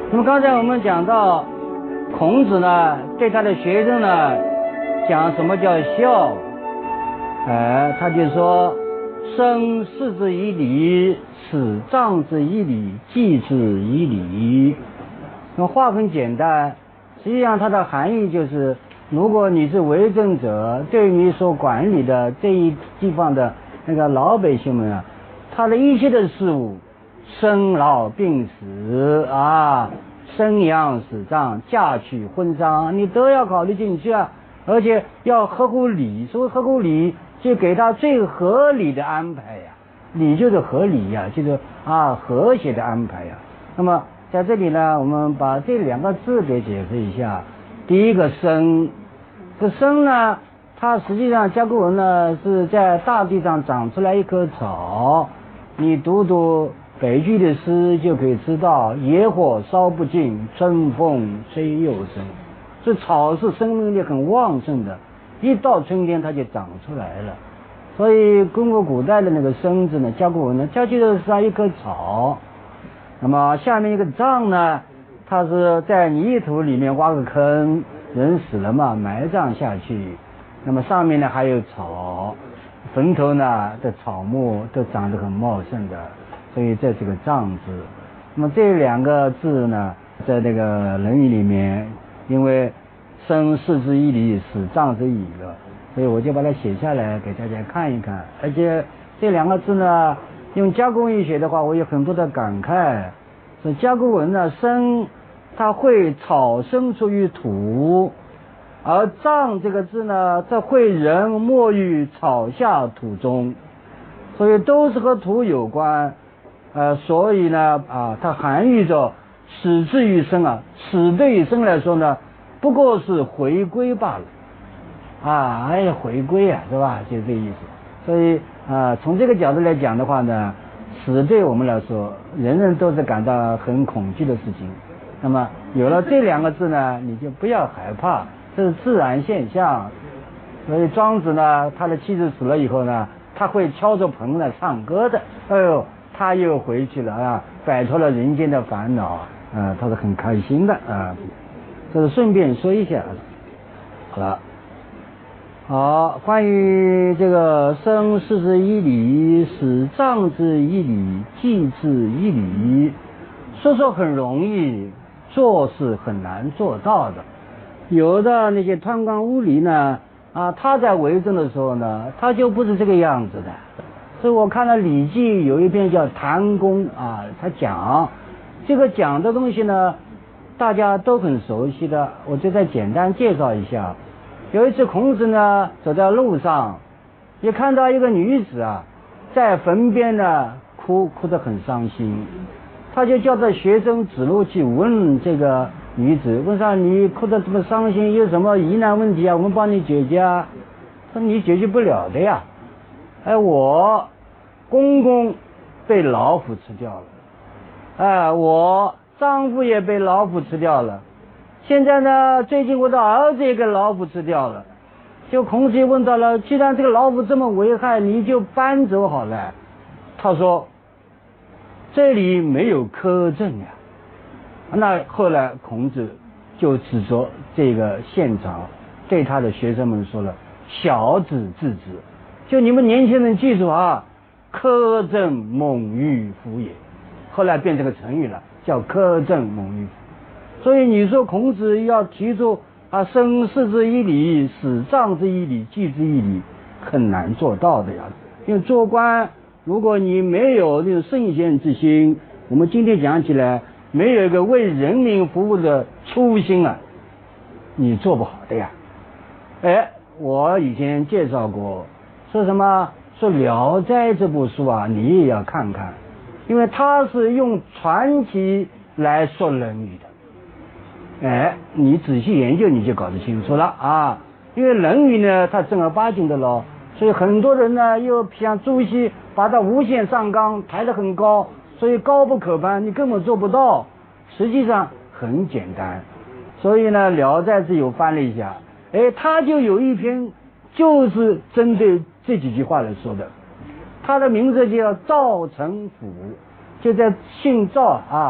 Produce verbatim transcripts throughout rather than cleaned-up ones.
那么刚才我们讲到孔子呢，对他的学生呢讲什么叫孝，哎，他就说生事之以礼，死葬之以礼，祭之以礼。那话很简单，实际上它的含义就是，如果你是为政者，对你所管理的这一地方的那个老百姓们啊，他的一切的事物，生老病死啊，生养死葬，嫁娶婚丧，你都要考虑进去啊，而且要合乎礼。所谓合乎礼，就给他最合理的安排呀。礼就是合理呀，就是啊和谐的安排呀。那么在这里呢，我们把这两个字给解释一下。第一个生，这生呢，它实际上甲骨文呢是在大地上长出来一棵草。你读读北句的诗就可以知道，野火烧不尽，春风吹又生。这草是生命力很旺盛的，一到春天它就长出来了。所以中国古代的那个生字呢，甲骨文呢，它就是像一棵草。那么下面一个葬呢，它是在泥土里面挖个坑，人死了嘛，埋葬下去。那么上面呢还有草，坟头呢的草木都长得很茂盛的，所以这是个葬字。那么这两个字呢，在这个《论语》里面，因为生事之以礼，死葬之以礼了，所以我就把它写下来给大家看一看。而且这两个字呢，用甲骨文写的话，我有很多的感慨。是甲骨文呢，生它会草生出于土，而葬这个字呢，这会人没于草下土中，所以都是和土有关。呃，所以呢，啊，它含喻着死之于生啊，死对于生来说呢，不过是回归罢了。啊，哎呀，回归啊，是吧？就这意思。所以啊，从这个角度来讲的话呢，死对我们来说，人人都是感到很恐惧的事情。那么有了这两个字呢，你就不要害怕，这是自然现象。所以庄子呢，他的妻子死了以后呢，他会敲着盆来唱歌的。哎呦，他又回去了啊，摆脱了人间的烦恼啊，他是很开心的啊。这是顺便说一下。好了。好，关于这个生事之以礼，死葬之以礼，祭之以礼，说说很容易，做是很难做到的。有的那些贪官污吏呢，啊，他在为政的时候呢，他就不是这个样子的。所以我看了《礼记》有一篇叫《谈公》啊，他讲这个讲的东西呢，大家都很熟悉的，我就再简单介绍一下。有一次孔子呢走在路上，也看到一个女子啊在坟边呢哭，哭得很伤心。他就叫着学生指路去问这个女子，问上你哭得这么伤心，有什么疑难问题啊？我们帮你解决啊。说你解决不了的呀。哎，我公公被老虎吃掉了，哎，我丈夫也被老虎吃掉了。现在呢，最近我的儿子也给老虎吃掉了。就孔子也问到了，既然这个老虎这么危害，你就搬走好了。他说这里没有苛政呀。那后来孔子就指着这个现场，对他的学生们说了，小子自之，就你们年轻人记住啊，苛政猛于虎也。后来变成个成语了，叫苛政猛于虎。所以你说孔子要提出啊，生事之以礼，死葬之以礼，祭之以礼，很难做到的呀。因为做官，如果你没有那种圣贤之心，我们今天讲起来，没有一个为人民服务的初心啊，你做不好的呀。哎，我以前介绍过，说什么说《聊斋》这部书啊，你也要看看，因为它是用传奇来说《论语》的。哎，你仔细研究你就搞得清楚了啊！因为《论语》呢，它正儿八经的咯，所以很多人呢又像朱熹把它无限上纲，抬得很高，所以高不可攀，你根本做不到。实际上很简单，所以呢，《聊斋志异》翻了一下，哎，他就有一篇就是针对这几句话来说的，他的名字叫赵成甫，就在姓赵啊。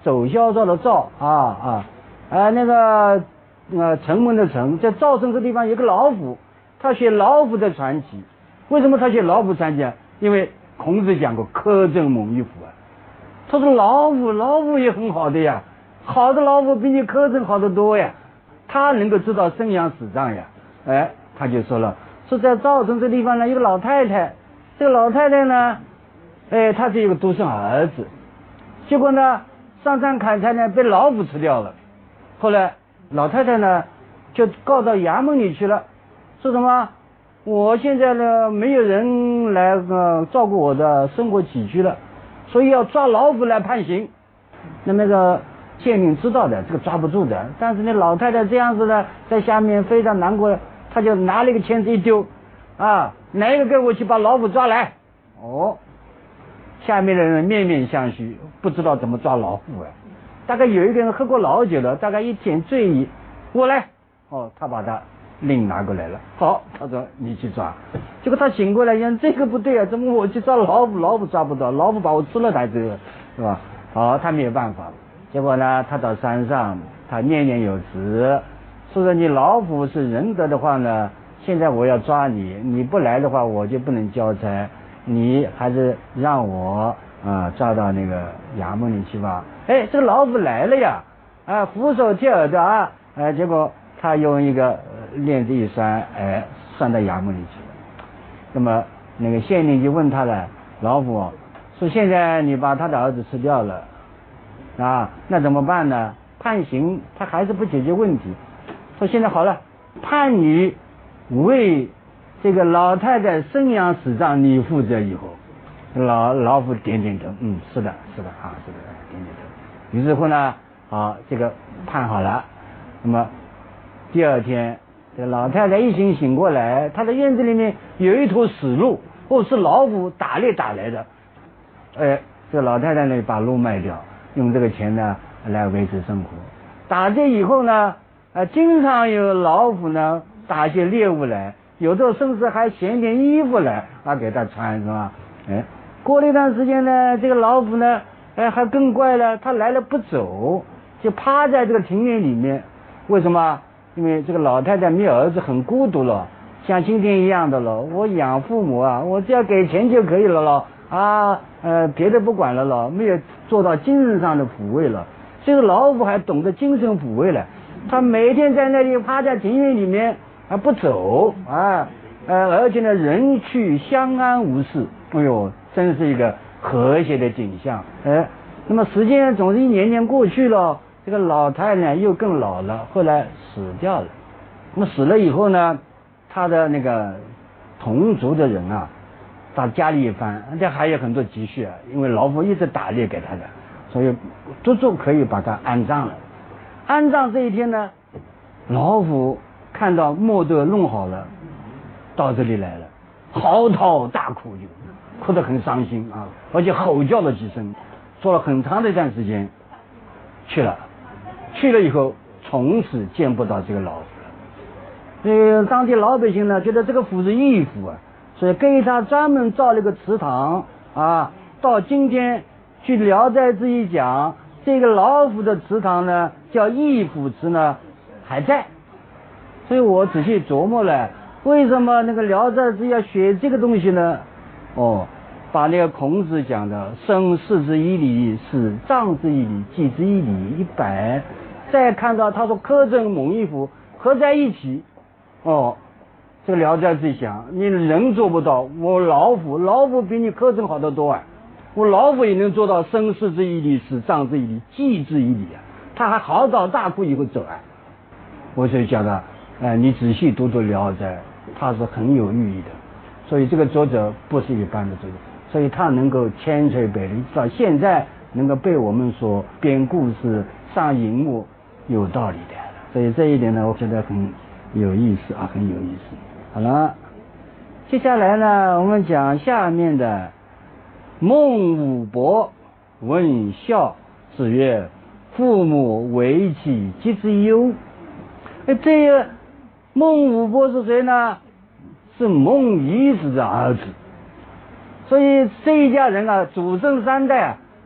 走萧赵的赵啊啊，呃那个呃城门的城，在赵城这地方有个老虎，他写老虎的传奇。为什么他写老虎传奇啊？因为孔子讲过苛政猛于虎啊。他说老虎老虎也很好的呀，好的老虎比你苛政好得多呀，他能够知道生养死葬呀。哎，他就说了，说在赵城这地方呢，有个老太太，这个老太太呢，哎，她是有个独生儿子，结果呢上山砍柴呢被老虎吃掉了。后来老太太呢就告到衙门里去了，说什么我现在呢没有人来呃照顾我的生活起居了，所以要抓老虎来判刑。那么那个县令知道的，这个抓不住的，但是那老太太这样子呢在下面非常难过，他就拿了一个签子一丢啊，哪一个跟我去把老虎抓来。哦，下面的人面面相觑，不知道怎么抓老虎啊。大概有一个人喝过老酒了，大概一点醉意，我来。哦，他把他令拿过来了。好，他说你去抓。结果他醒过来想，这个不对啊，怎么我去抓老虎，老虎抓不到，老虎把我吃了才对，是吧？好，他没有办法。结果呢，他到山上，他念念有词，说说你老虎是仁德的话呢，现在我要抓你，你不来的话我就不能交差，你还是让我啊、呃、抓到那个衙门里去吧。哎，这个老虎来了呀，啊，俯首帖耳的啊，哎，结果他用一个链子一拴，哎，拴到衙门里去了。那么那个县令就问他了，老虎说现在你把他的儿子吃掉了啊，那怎么办呢？判刑他还是不解决问题。说现在好了，判你为这个老太太生养死葬你负责以后，老老虎点点头，嗯，是的，是的啊，是的，点点头。于是乎呢，好，这个判好了。那么第二天，这个老太太一醒醒过来，她的院子里面有一头死鹿，哦，是老虎打猎打来的。哎，这个老太太呢把鹿卖掉，用这个钱呢来维持生活。打这以后呢，呃，经常有老虎呢打些猎物来，有的甚至还衔点衣服来啊给他穿，是吧？哎，过了一段时间呢，这个老虎呢，哎，还更怪了，他来了不走，就趴在这个庭院里面。为什么？因为这个老太太没有儿子，很孤独了，像今天一样的了。我养父母啊，我只要给钱就可以了了啊，呃，别的不管了了，没有做到精神上的抚慰了。这个老虎还懂得精神抚慰了，他每天在那里趴在庭院里面啊不走啊，呃，而且呢人去相安无事，哎呦，真是一个和谐的景象。哎，那么时间总是一年年过去了，这个老太太又更老了，后来死掉了。那么死了以后呢，他的那个同族的人啊，到家里一翻，这还有很多积蓄啊，因为老虎一直打猎给他的，所以足足可以把他安葬了。安葬这一天呢，老虎看到墨都弄好了，到这里来了，嚎啕大哭，就哭得很伤心啊，而且吼叫了几声，说了很长的一段时间，去了，去了以后从此见不到这个老虎了。呃，当地老百姓呢觉得这个虎是异虎啊，所以给他专门造了个祠堂啊。到今天据《聊斋志异》讲，这个老虎的祠堂呢叫异虎祠呢还在。所以我仔细琢磨了，为什么那个《聊斋志异》要学这个东西呢？哦，把那个孔子讲的生事之以礼，死葬之以礼，祭之以礼一摆，再看到他说苛政猛于虎合在一起，哦，这个《聊斋志异》讲你人做不到，我老虎老虎比你苛政好得多啊，我老虎也能做到生事之以礼，死葬之以礼，祭之以礼啊，他还嚎啕大哭以后走啊。我就讲的，呃，你仔细读读《聊斋》，它是很有寓意的。所以这个作者不是一般的作者，所以他能够千锤百炼，到现在能够被我们所编故事上荧幕，有道理的。所以这一点呢，我觉得很有意思啊，很有意思。好了，接下来呢，我们讲下面的孟武伯问孝，子曰：“父母为其疾之忧。”哎，这个孟武伯是谁呢？是孟夷子的儿子。所以这一家人啊，祖孙三代啊，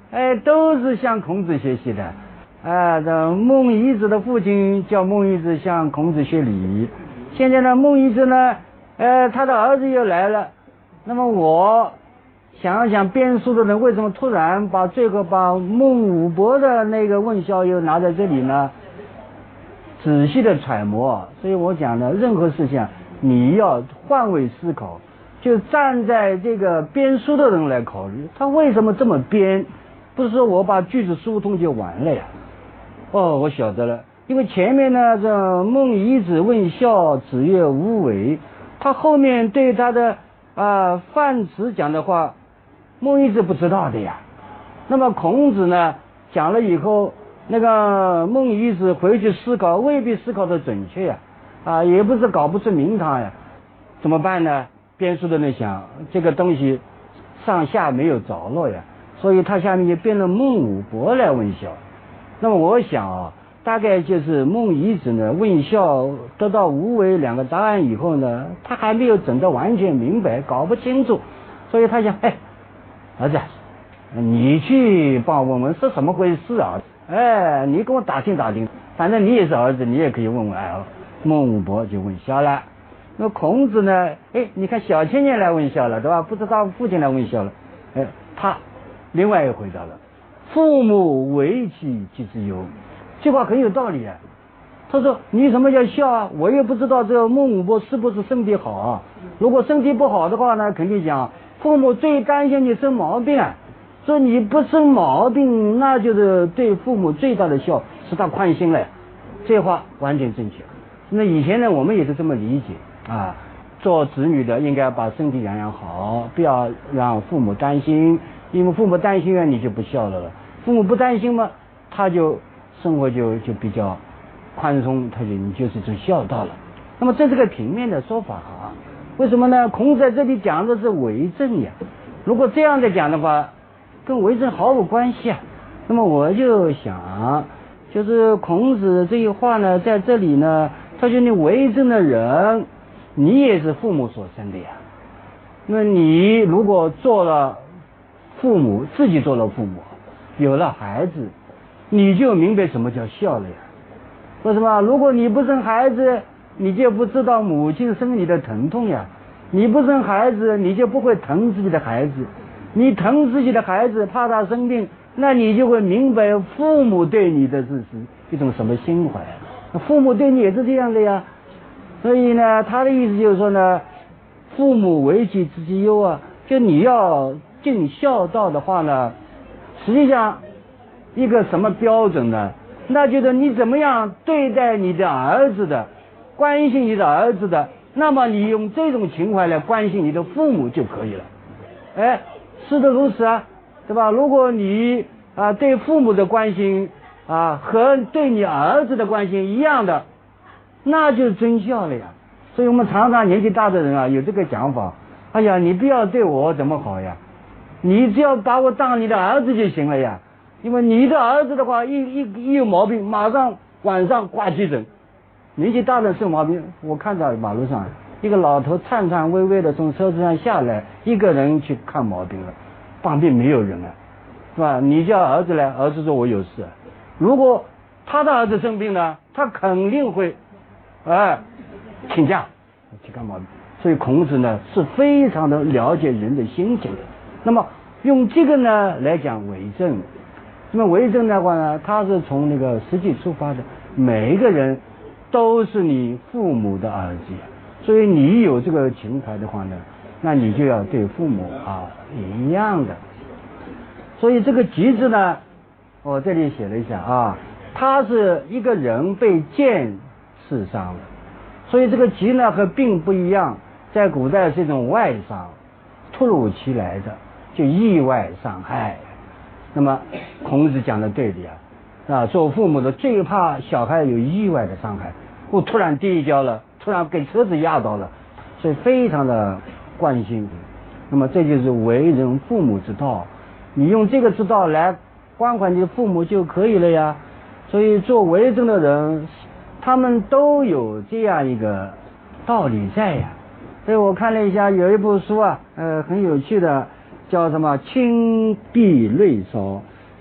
哎，都是向孔子学习的。啊，这孟夷子的父亲叫孟夷子向孔子学礼。现在呢，孟夷子呢，呃，他的儿子又来了。那么我想想，编书的人为什么突然把最后把孟武伯的那个问孝又拿在这里呢？仔细的揣摩。所以我讲呢，任何事情你要换位思考，就站在这个编书的人来考虑，他为什么这么编？不是说我把句子疏通就完了呀。哦，我晓得了，因为前面呢，这孟夷子问孝，子曰无为，他后面对他的啊、呃、范辞讲的话，孟夷子不知道的呀。那么孔子呢讲了以后，那个孟夷子回去思考，未必思考的准确呀，啊，也不是搞不出名堂呀。怎么办呢？编书的人想，这个东西上下没有着落呀，所以他下面就编了孟武伯来问孝。那么我想啊，大概就是孟夷子呢问孝得到无为两个答案以后呢，他还没有整得完全明白，搞不清楚，所以他想，哎，儿子，你去帮我问问是什么回事啊？哎，你给我打听打听，反正你也是儿子，你也可以问问。哎，孟武伯就问孝了。那孔子呢？哎，你看小青年来问孝了，对吧？不知道父亲来问孝了，哎，他另外又回答了。父母为其疾之忧，这话很有道理啊。他说你什么叫孝啊？我也不知道这个孟武伯是不是身体好啊。如果身体不好的话呢，肯定讲父母最担心你生毛病啊。说你不生毛病，那就是对父母最大的孝，使他宽心了。这话完全正确。那以前呢，我们也是这么理解啊。做子女的应该把身体养养好，不要让父母担心，因为父母担心了你就不孝了了。父母不担心嘛，他就生活就就比较宽松，他就你就是一种孝道了。那么这是个平面的说法啊。为什么呢？孔子在这里讲的是为政呀。如果这样的讲的话，跟为政毫无关系啊。那么我就想，就是孔子这句话呢，在这里呢，他说你为政的人，你也是父母所生的呀。那你如果做了父母，自己做了父母，有了孩子，你就明白什么叫孝了呀。为什么？如果你不生孩子，你就不知道母亲生你的疼痛呀。你不生孩子，你就不会疼自己的孩子。你疼自己的孩子，怕他生病，那你就会明白父母对你的是是一种什么心怀。父母对你也是这样的呀。所以呢，他的意思就是说呢，父母为其疾之忧啊，就你要尽孝道的话呢，实际上一个什么标准呢？那就是你怎么样对待你的儿子的，关心你的儿子的，那么你用这种情怀来关心你的父母就可以了。哎，是的，如此啊，对吧？如果你啊对父母的关心啊和对你儿子的关心一样的，那就是真孝了呀。所以我们常常年纪大的人啊有这个讲法，哎呀，你不要对我怎么好呀，你只要把我当你的儿子就行了呀。因为你的儿子的话，一一一有毛病，马上晚上挂急诊。年纪大的生毛病，我看到马路上一个老头颤颤巍巍的从车子上下来，一个人去看毛病了，旁边没有人啊，是吧？你叫儿子来，儿子说我有事。如果他的儿子生病呢，他肯定会哎请假去看毛病。所以孔子呢是非常的了解人的心情的。那么用这个呢来讲为政。那么为政的话呢，他是从那个实际出发的，每一个人都是你父母的儿子，所以你有这个情怀的话呢，那你就要对父母啊一样的。所以这个疾字呢，我这里写了一下啊，他是一个人被箭刺伤了，所以这个疾呢和病不一样，在古代是一种外伤，突如其来的，就意外伤害。那么孔子讲的对的呀，啊，做父母的最怕小孩有意外的伤害，我突然跌一跤了，突然给车子压倒了，所以非常的关心。那么这就是为人父母之道，你用这个之道来关怀你的父母就可以了呀。所以做为政的人，他们都有这样一个道理在呀。所以我看了一下，有一部书啊，呃，很有趣的。叫什么青碧泪烧，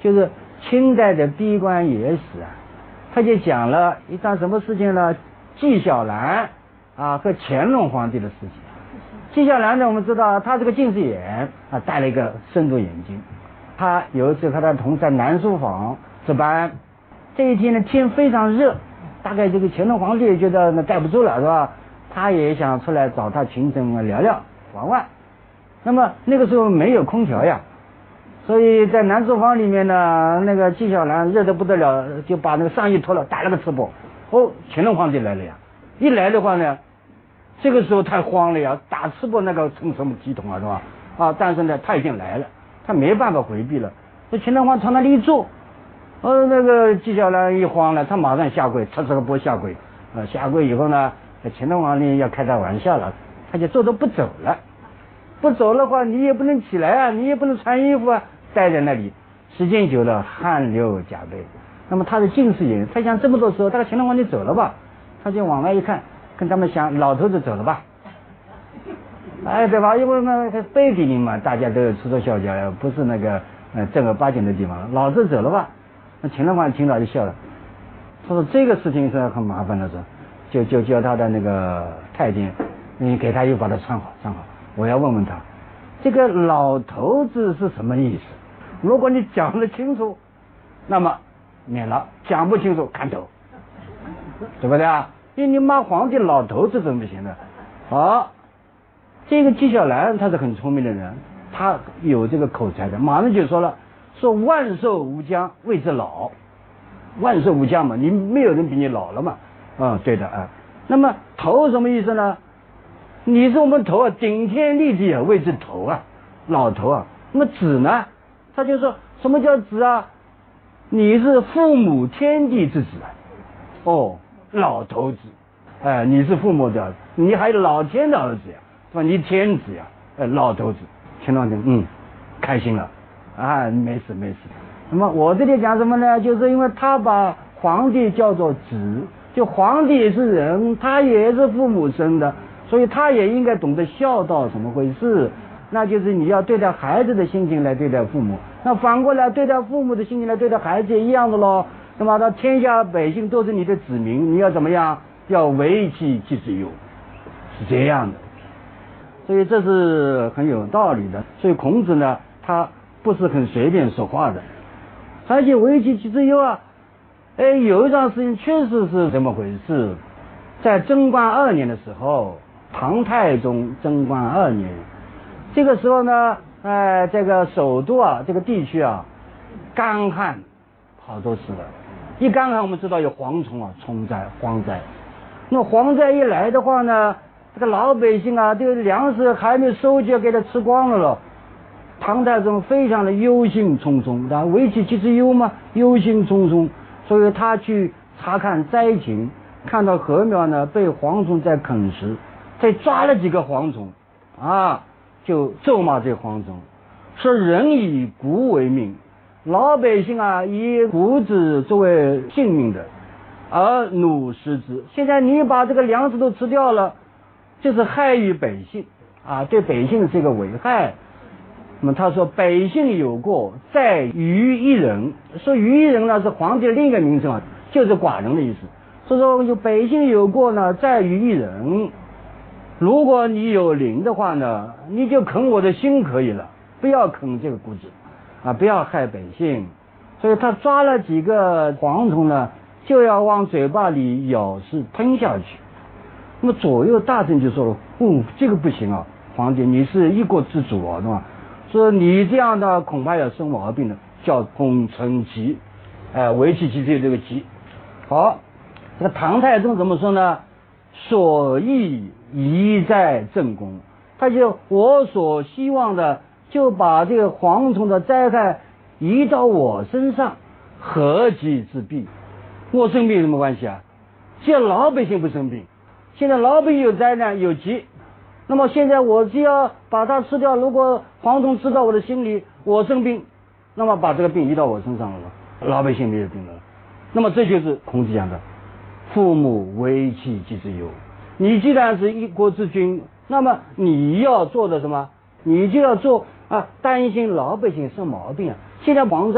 就是清代的闭关野史啊，他就讲了一段什么事情呢？纪晓岚啊和乾隆皇帝的事情。纪晓岚呢，我们知道他这个近视眼啊，戴了一个深度眼镜。他有一次和他同事在南书房值班，这一天呢天非常热，大概这个乾隆皇帝也觉得那待不住了是吧？他也想出来找他群臣聊聊玩玩。那么那个时候没有空调呀，所以在南书房里面呢，那个纪晓岚热得不得了，就把那个上衣脱了，打了个赤膊。哦，乾隆皇帝来了呀！一来的话呢，这个时候太慌了呀，打赤膊那个成什么体统啊，是吧？啊，但是呢，他已经来了，他没办法回避了。这乾隆皇朝那里一坐，呃，那个纪晓岚一慌了，他马上下跪，赤赤个膊下跪。呃，下跪以后呢，乾隆皇帝要开他玩笑了，他就坐着不走了。不走的话，你也不能起来啊，你也不能穿衣服啊，待在那里，时间久了汗流浃背。那么他的近视眼，他想这么多时候，大概乾隆皇帝走了吧，他就往外一看，跟他们想老头子走了吧，哎，对吧？因为那个背地里嘛，大家都有吃喝笑笑，不是那个呃正儿八经的地方，老子走了吧。那乾隆皇帝听到就笑了，他说这个事情是很麻烦的，说就就叫他的那个太监，你给他又把他穿好穿好。我要问问他，这个老头子是什么意思？如果你讲得清楚，那么免了；讲不清楚，砍头，对不对啊？因为你骂皇帝老头子怎么行的？好，这个纪晓岚他是很聪明的人，他有这个口才的，马上就说了，说万寿无疆谓之老，万寿无疆嘛，你没有人比你老了嘛，嗯，对的啊。那么头什么意思呢？你是我们头啊，顶天立地啊，谓之头啊，老头啊。那么子呢？他就说什么叫子啊？你是父母天地之子啊。哦，老头子，哎、呃，你是父母的儿子，你还有老天的儿子呀，是吧？你天子呀，哎、呃，老头子。乾隆皇帝嗯，开心了啊，没事没事。那么我这里讲什么呢？就是因为他把皇帝叫做子，就皇帝也是人，他也是父母生的。所以他也应该懂得孝道怎么回事，那就是你要对待孩子的心情来对待父母，那反过来对待父母的心情来对待孩子也一样的咯。那么他天下百姓都是你的子民，你要怎么样？要为其己之忧，是这样的。所以这是很有道理的。所以孔子呢，他不是很随便说话的，而且为其己之忧啊，哎，有一桩事情确实是这么回事。在贞观二年的时候，唐太宗贞观二年，这个时候呢，呃，这个首都啊，这个地区啊，干旱好多次了。一干旱，我们知道有蝗虫啊，虫灾、蝗灾。那么蝗灾一来的话呢，这个老百姓啊，这个粮食还没收就给他吃光了了。唐太宗非常的忧心忡忡，然后为其己之忧嘛，忧心忡忡，所以他去查看灾情，看到禾苗呢被蝗虫在啃食。再抓了几个蝗虫，啊，就咒骂这蝗虫，说人以谷为命，老百姓啊以谷子作为性命的，而奴食之。现在你把这个粮食都吃掉了，就是害于百姓啊，对百姓是一个危害。那么他说百姓有过，在于一人。说于一人呢是皇帝的另一个名称啊，就是寡人的意思。所以说有百姓有过呢，在于一人。如果你有灵的话呢，你就啃我的心可以了，不要啃这个谷子啊，不要害百姓。所以他抓了几个蝗虫呢，就要往嘴巴里咬食吞下去。那么左右大臣就说了，哦，这个不行啊，皇帝你是一国之主啊，对吧？说你这样的恐怕要生毛病的，叫攻城疾，哎，为其己之这个疾。好，这个唐太宗怎么说呢？所益宜在正宫，他就我所希望的，就把这个蝗虫的灾害移到我身上，何其之弊？我生病有什么关系啊？现在老百姓不生病，现在老百姓有灾难有疾，那么现在我只要把它吃掉，如果蝗虫吃到我的心里，我生病，那么把这个病移到我身上了，老百姓没有病了。那么这就是孔子讲的父母为其己之忧。你既然是一国之君，那么你要做的什么？你就要做啊，担心老百姓生毛病啊。现在蝗灾，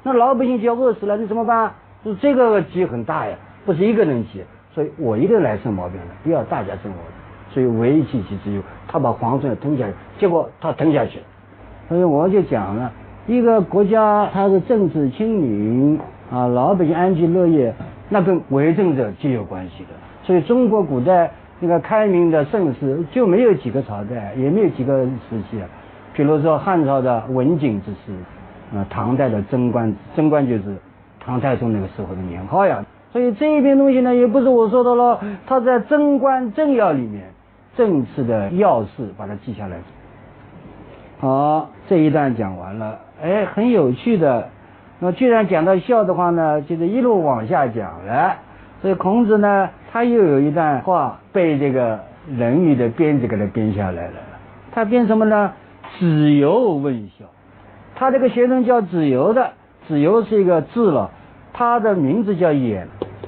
那老百姓就要饿死了，你怎么办？就这个急很大呀，不是一个人急，所以我一个人来生毛病了，不要大家生毛病。所以为其其之忧，他把皇上吞下来，结果他吞下去了。所以我就讲了，一个国家它的政治清明啊，老百姓安居乐业，那跟为政者皆有关系的。所以中国古代那个开明的盛世就没有几个朝代，也没有几个时期啊。比如说汉朝的文景之治，啊，唐代的贞观，贞观就是唐太宗那个时候的年号呀。所以这一篇东西呢，也不是我说的了，他在《贞观政要》里面政治的要事把它记下来。好，这一段讲完了，哎，很有趣的。那既然讲到孝的话呢，就是一路往下讲了。所以孔子呢，他又有一段话被这个《论语》的编辑给他编下来了。他编什么呢？子游问孝。他这个学生叫子游的，子游是一个字了，他的名字叫偃，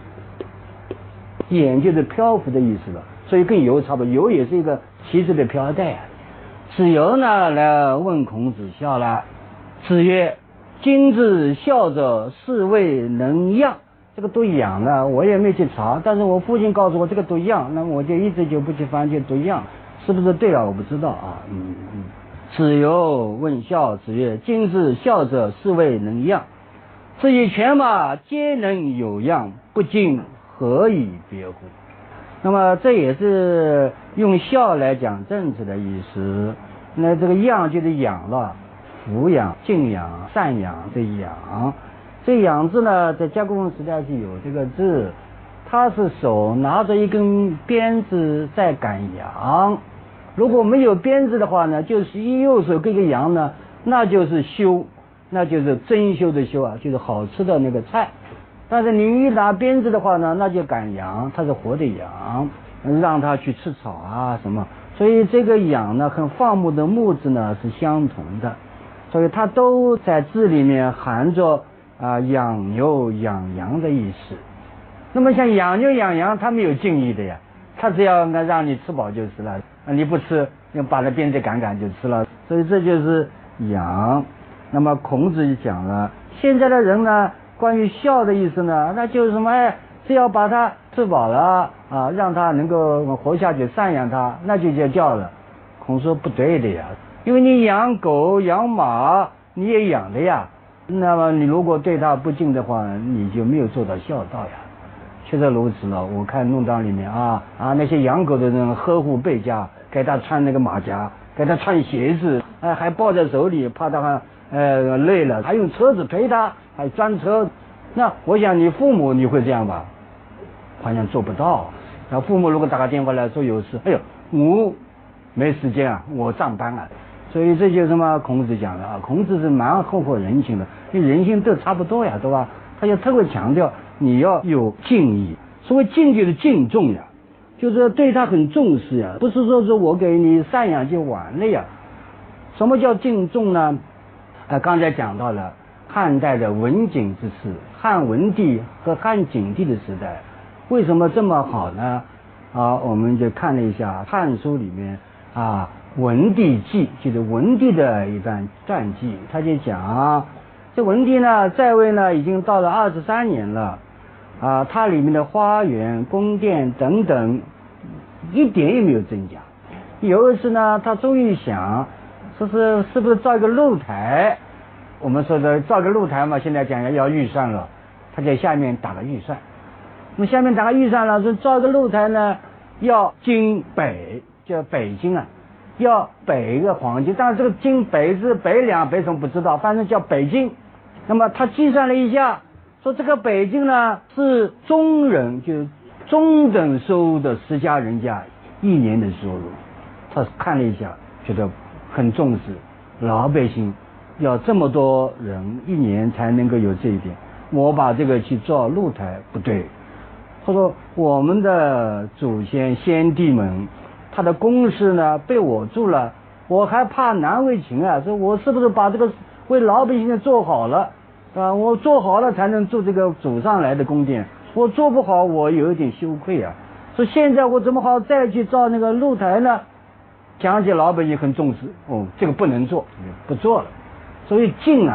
偃就是漂浮的意思了，所以跟游差不多，游也是一个旗帜的飘带啊。子游呢来问孔子孝了，子曰：今之孝者，是谓能养。这个读养呢，我也没去查，但是我父亲告诉我这个读养，那我就一直就不去翻，就读养，是不是对了我不知道啊。嗯嗯。子游问孝，子曰：今之孝者，是谓能养。至于犬马，皆能有样，不敬，何以别乎？那么这也是用孝来讲政治的意思。那这个养就是养了，抚养、敬仰、赡养这养。这养字呢，在甲骨文时代是有这个字，它是手拿着一根鞭子在赶羊。如果没有鞭子的话呢，就是一右手跟个羊呢，那就是修，那就是珍馐的修啊，就是好吃的那个菜。但是你一拿鞭子的话呢，那就赶羊，它是活的羊，让它去吃草啊什么。所以这个养呢，和放牧的牧字呢是相同的，所以它都在字里面含着啊养牛养羊的意思。那么像养牛养羊，它没有敬意的呀，它只要让你吃饱就是了，你不吃，要把那鞭子赶赶就吃了。所以这就是养。那么孔子就讲了，现在的人呢，关于孝的意思呢，那就是什么？哎，是要把他吃饱了啊，让他能够活下去，赡养他，那就叫孝了。孔子说不对的呀，因为你养狗养马你也养的呀，那么你如果对他不敬的话，你就没有做到孝道呀。确实如此了。我看弄堂里面啊啊那些养狗的人呵护备家，给他穿那个马甲，给他穿鞋子，哎还抱在手里，怕他呃累了，还用车子推他，还专车。那我想你父母你会这样吧？好像做不到。那父母如果打个电话来说有事，哎呦我没时间啊，我上班啊。所以这就是什么孔子讲的啊，孔子是蛮厚厚人情的，因为人性都差不多呀，对吧？他就特别强调你要有敬意。所谓敬就是敬重呀，就是对他很重视呀，不是说是我给你赡养就完了呀。什么叫敬重呢？啊，刚才讲到了汉代的文景之治，汉文帝和汉景帝的时代，为什么这么好呢？啊，我们就看了一下《汉书》里面啊，文帝纪，就是文帝的一段传记，他就讲这文帝呢在位呢已经到了二十三年了，啊，它里面的花园、宫殿等等一点也没有增加。有一次呢，他终于想说是是不是造一个露台，我们说的造个露台嘛，现在讲要预算了，他在下面打个预算。那么下面打个预算了，说造个露台呢要京北，叫北京啊，要北一个黄金，但是这个京北是北两北什么不知道，反正叫北京。那么他计算了一下，说这个北京呢是中人，就是中等收入的十家人家一年的收入。他看了一下，觉得很重视老百姓，要这么多人一年才能够有这一点，我把这个去造露台不对。他说我们的祖先先帝们他的公事呢被我做了，我还怕难为情啊，说我是不是把这个为老百姓做好了啊？我做好了才能做这个祖上来的宫殿，我做不好我有一点羞愧啊。说现在我怎么好再去造那个露台呢？讲起老百姓很重视，哦，这个不能做，不做了。所以敬啊，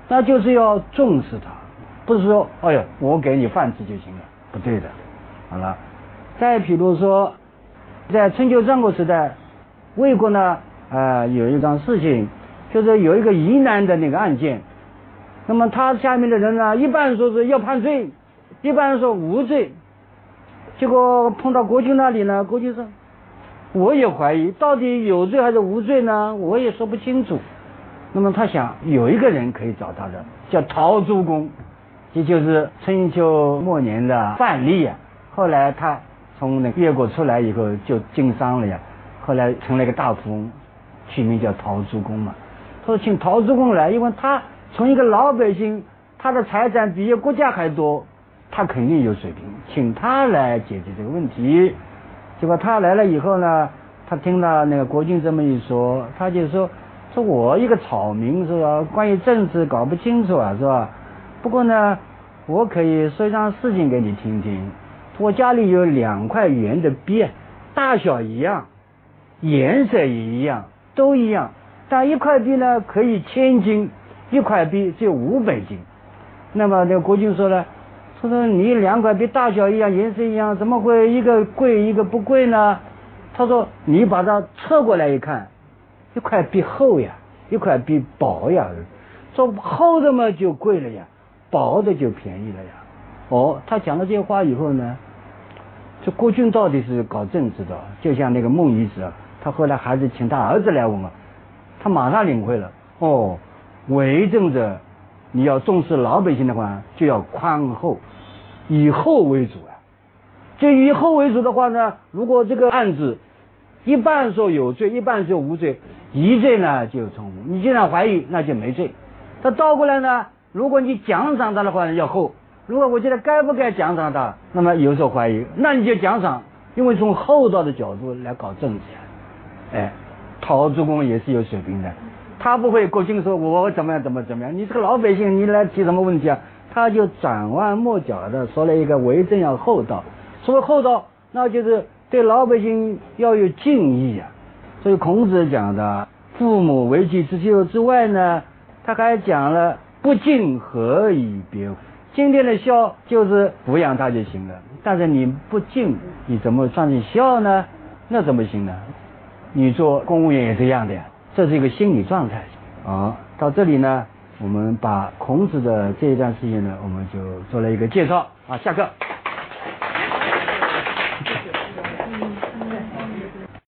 那就是要重视他，不是说哎呀我给你饭吃就行了，不对的。好了，再比如说在春秋战国时代，魏国呢呃有一桩事情，就是有一个疑难的那个案件，那么他下面的人呢一半说是要判罪，一半说无罪，结果碰到国君那里呢，国君说我也怀疑到底有罪还是无罪呢，我也说不清楚。那么他想有一个人可以找他的，叫陶朱公，也就是春秋末年的范蠡啊。后来他从那个越国出来以后就经商了呀，后来成了一个大富翁，取名叫陶朱公嘛。他说请陶朱公来，因为他从一个老百姓，他的财产比一个国家还多，他肯定有水平，请他来解决这个问题。结果他来了以后呢，他听到那个国君这么一说，他就说说我一个草民是吧，关于政治搞不清楚啊是吧，不过呢我可以说一桩事情给你听听。我家里有两块圆的币，大小一样，颜色也一样，都一样，但一块币呢可以千斤，一块币只有五百斤。那么那个国君说了，他说你两块币大小一样，颜色一样，怎么会一个贵一个不贵呢？他说你把它侧过来一看，一块币厚呀，一块币薄呀，说厚的嘛就贵了呀，薄的就便宜了呀。哦，他讲了这些话以后呢，这国君到底是搞政治的，就像那个孟夷子啊，他后来还是请他儿子来问啊，他马上领会了。哦，为政者你要重视老百姓的话，就要宽厚，以厚为主啊。这以厚为主的话呢，如果这个案子一半说有罪，一半说无罪，疑罪呢就从无，你既然怀疑那就没罪。他倒过来呢，如果你奖赏他的话呢要厚，如果我觉得该不该奖赏他，那么有所怀疑，那你就奖赏，因为从厚道的角度来搞政治呀。哎，陶朱公也是有水平的，他不会国君说我怎么样怎么怎么样，你这个老百姓你来提什么问题啊？他就转弯抹角的说了一个为政要厚道。所谓厚道，那就是对老百姓要有敬意啊。所以孔子讲的父母为其之咎之外呢，他还讲了不敬何以别乎。今天的孝就是抚养他就行了，但是你不敬，你怎么算是孝呢？那怎么行呢？你做公务员也这样的呀，这是一个心理状态。好，到这里呢，我们把孔子的这一段事情呢，我们就做了一个介绍啊，下课。